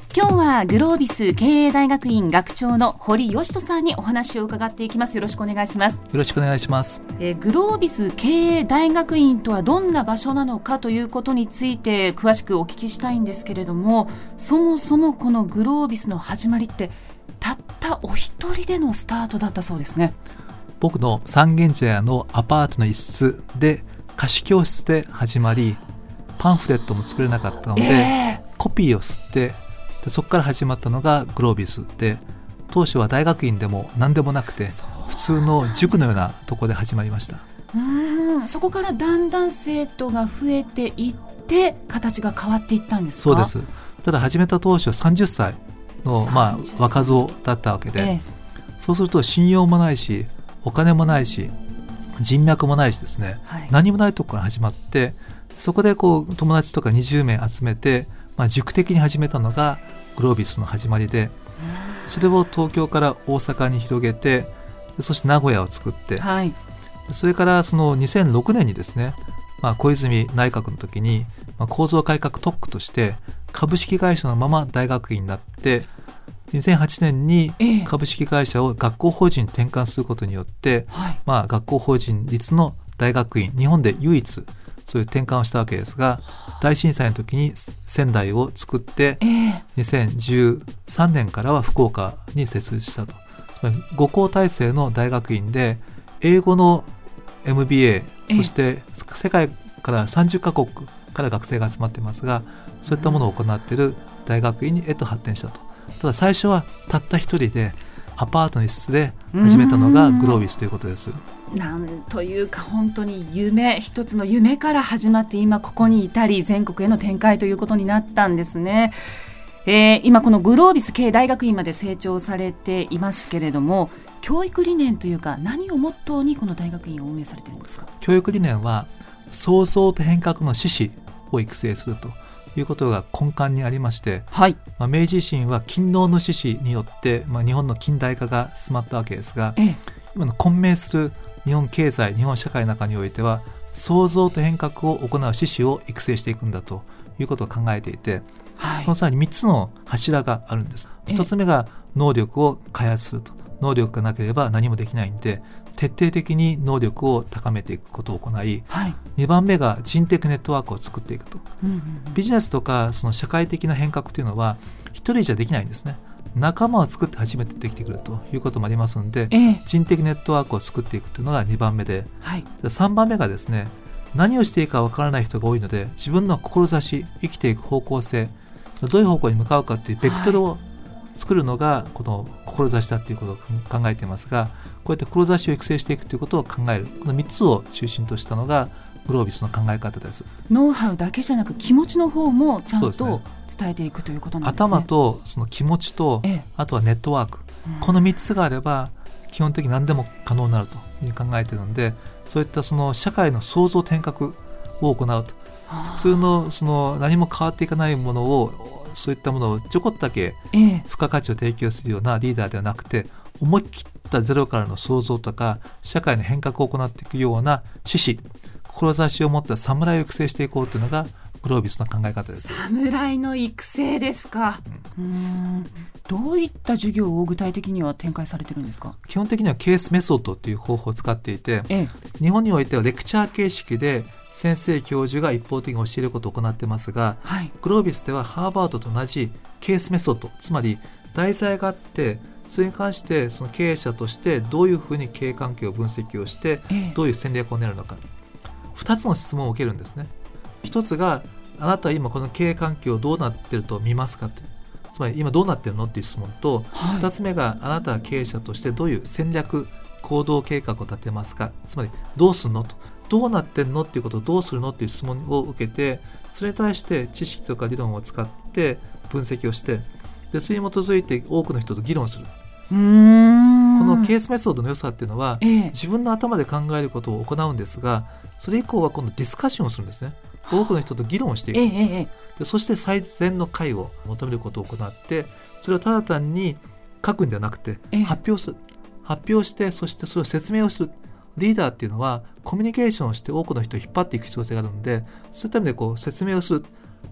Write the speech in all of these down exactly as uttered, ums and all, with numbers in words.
今日はグロービス経営大学院学長の堀義人さんにお話を伺っていきます。よろしくお願いします。 よろしくお願いします。 えー、グロービス経営大学院とはどんな場所なのかということについて詳しくお聞きしたいんですけれども、そもそもこのグロービスの始まりってたったお一人でのスタートだったそうですね。 僕の三軒茶屋のアパートの一室で貸し教室で始まり、パンフレットも作れなかったので、えー、コピーを吸ってでそこから始まったのがグロービスで、当初は大学院でも何でもなくて普通の塾のようなところで始まりました。 うーん、そこからだんだん生徒が増えていって形が変わっていったんですか？ そうです。ただ始めた当初さんじゅっさいの、まあ、若造だったわけで、ええ、そうすると信用もないしお金もないし人脈もないしですね、はい、何もないところから始まって、そこでこう友達とかにじゅうめい集めて、まあ、塾的に始めたのがグロービスの始まりで、それを東京から大阪に広げて、そして名古屋を作って、はい、それからそのにせんろくねんにですね、まあ、小泉内閣の時に、まあ、構造改革特区として株式会社のまま大学院になって、にせんはちねんに株式会社を学校法人に転換することによって、はい、まあ、学校法人立の大学院、日本で唯一そういう転換をしたわけですが、大震災の時に仙台を作って、えー、にせんじゅうさんねんからは福岡に設立したと。ご校体制の大学院で英語の エムビーエー、そして世界からさんじゅっかこくから学生が集まっていますが、そういったものを行っている大学院へと発展したと。ただ最初はたった一人でアパートの一室で始めたのがグロービスということです。 なんというか本当に夢一つの夢から始まって今ここに至り全国への展開ということになったんですね。えー、今このグロービス経営大学院まで成長されていますけれども、教育理念というか何をモットーにこの大学院を運営されているんですか？ 教育理念は創造と変革の志士を育成するということが根幹にありまして、はい、まあ、明治維新は勤労の志士によって、まあ、日本の近代化が進まったわけですが、ええ、今の混迷する日本経済、日本社会の中においては創造と変革を行う志士を育成していくんだということを考えていて、はい、その際にみっつの柱があるんです。ひとつめが能力を開発すると。能力がなければ何もできないんで、徹底的に能力を高めていくことを行い、はい、にばんめが人的ネットワークを作っていくと、うんうんうん、ビジネスとかその社会的な変革というのは一人じゃできないんですね。仲間を作って初めてできてくるということもありますので、えー、人的ネットワークを作っていくというのがにばんめで、はい、さんばんめがですね、何をしていいか分からない人が多いので、自分の志、生きていく方向性、どういう方向に向かうかというベクトルを作るのがこの志だということを考えていますが、こうやって志を育成していくということを考える、このみっつを中心としたのがグロービスの考え方です。 ノウハウだけじゃなく気持ちの方もちゃんと伝えていくということなんですね。 頭とその気持ちと、ええ、あとはネットワーク、うん、このみっつがあれば基本的に何でも可能になるというふうに考えているので、そういったその社会の創造変革を行うと、普通のその何も変わっていかないものを、そういったものをちょこっとだけ付加価値を提供するようなリーダーではなくて、思い切ったゼロからの創造とか社会の変革を行っていくような志士、志を持った侍を育成していこうというのがグロービスの考え方です。 侍の育成ですか、うん、うーんどういった授業を具体的には展開されているんですか？ 基本的にはケースメソッドという方法を使っていて、ええ、日本においてはレクチャー形式で先生教授が一方的に教えることを行っていますが、はい、グロービスではハーバードと同じケースメソッド、つまり題材があって、それに関してその経営者としてどういうふうに経営関係を分析をして、ええ、どういう戦略を練るのか、ふたつの質問を受けるんですね。ひとつが、あなたは今この経営環境どうなっていると見ますかと、つまり今どうなっているのっていう質問と、はい、ふたつめが、あなたは経営者としてどういう戦略行動計画を立てますか、つまりどうするのと、どうなってんのっていうことをどうするのっていう質問を受けて、それに対して知識とか理論を使って分析をして、でそれに基づいて多くの人と議論する。うーんこのケースメソッドの良さっていうのは、ええ、自分の頭で考えることを行うんですが、それ以降は今度ディスカッションをするんですね。多くの人と議論をしていく、ええ、でそして最善の解を求めることを行って、それをただ単に書くんではなくて発表する、発表して、そしてそれを説明をする。リーダーっていうのはコミュニケーションをして多くの人を引っ張っていく必要性があるので、そういった意味でこう説明をする、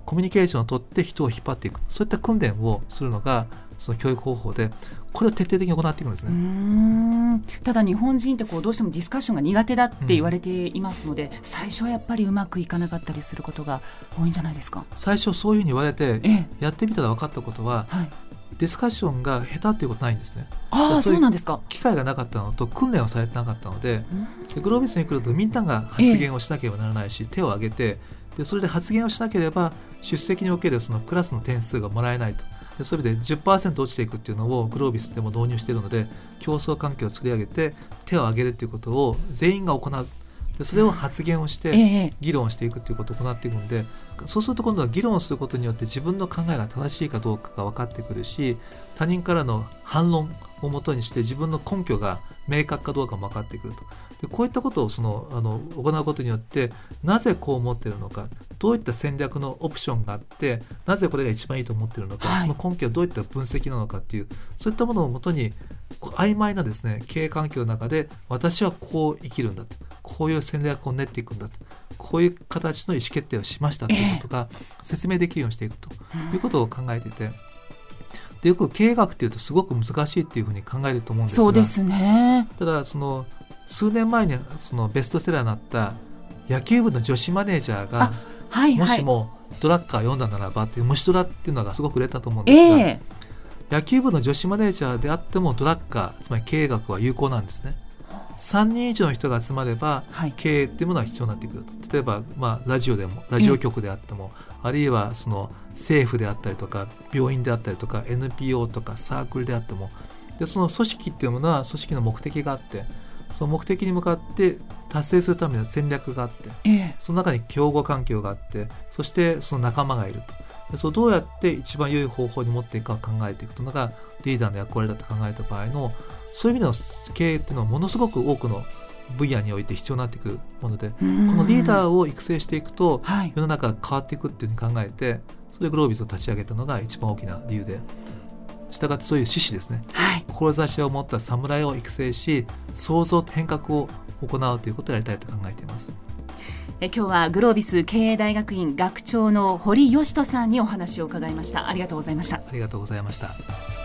コミュニケーションを取って人を引っ張っていく、そういった訓練をするのがその教育方法で、これを徹底的に行っていくんですね。 うーん、ただ日本人ってこうどうしてもディスカッションが苦手だって言われていますので、うん、最初はやっぱりうまくいかなかったりすることが多いんじゃないですか。 最初そういうふうに言われて、ええ、やってみたら分かったことは、はい、ディスカッションが下手っていうことないんですね。 ああ、そうなんですか。 機会がなかったのと訓練をされてなかったので、でグロービスに来るとみんなが発言をしなければならないし、ええ、手を挙げて、でそれで発言をしなければ出席におけるそのクラスの点数がもらえないと。でそれで じゅっパーセント 落ちていくっていうのをグロービスでも導入しているので、競争環境を作り上げて手を挙げるっていうことを全員が行う。でそれを発言をして議論をしていくということを行っていくので、そうすると今度は議論をすることによって自分の考えが正しいかどうかが分かってくるし、他人からの反論をもとにして自分の根拠が明確かどうかも分かってくると。でこういったことをそのあの行うことによって、なぜこう思っているのか、どういった戦略のオプションがあって、なぜこれが一番いいと思っているのか、はい、その根拠はどういった分析なのかっていう、そういったものをもとに曖昧なですね経営環境の中で、私はこう生きるんだと、こういう戦略を練っていくんだと、こういう形の意思決定をしましたということが説明できるようにしていくということを考えていて、でよく経営学っていうとすごく難しいっていうふうに考えると思うんですが、 そうですね。 ただその数年前にそのベストセラーになった野球部の女子マネージャーが、はいはい、もしもドラッカー読んだならばっていう虫ドラっていうのがすごく売れたと思うんですが、えー、野球部の女子マネージャーであってもドラッカー、つまり経営学は有効なんですね。さんにん以上の人が集まれば経営っていうものは必要になってくると、はい、例えば、まあ、ラジオでもラジオ局であっても、あるいはその政府であったりとか病院であったりとか エヌピーオー とかサークルであっても、でその組織っていうものは組織の目的があって、その目的に向かって達成するための戦略があって、ええ、その中に競合環境があって、そしてその仲間がいると。でそうどうやって一番良い方法に持っていくかを考えていくというのがリーダーの役割だと考えた場合の、そういう意味での経営っていうのはものすごく多くの分野において必要になってくるもので、このリーダーを育成していくと世の中が変わっていくっていうふうに考えて、それでグロービスを立ち上げたのが一番大きな理由で、したがってそういう志士ですね、はい、志を持った侍を育成し、創造と変革を行うということをやりたいと考えています。 え今日はグロービス経営大学院学長の堀義人さんにお話を伺いました。ありがとうございました。 ありがとうございました。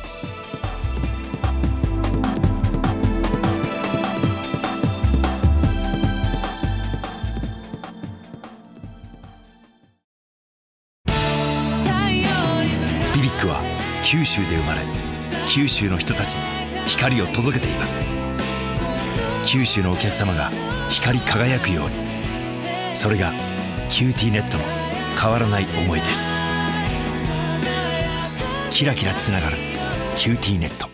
ビビックは九州で生まれ、九州の人たちに光を届けています。九州のお客様が光り輝くように、それがキューティーネットの変わらない思いです。キラキラつながるキューティーネット。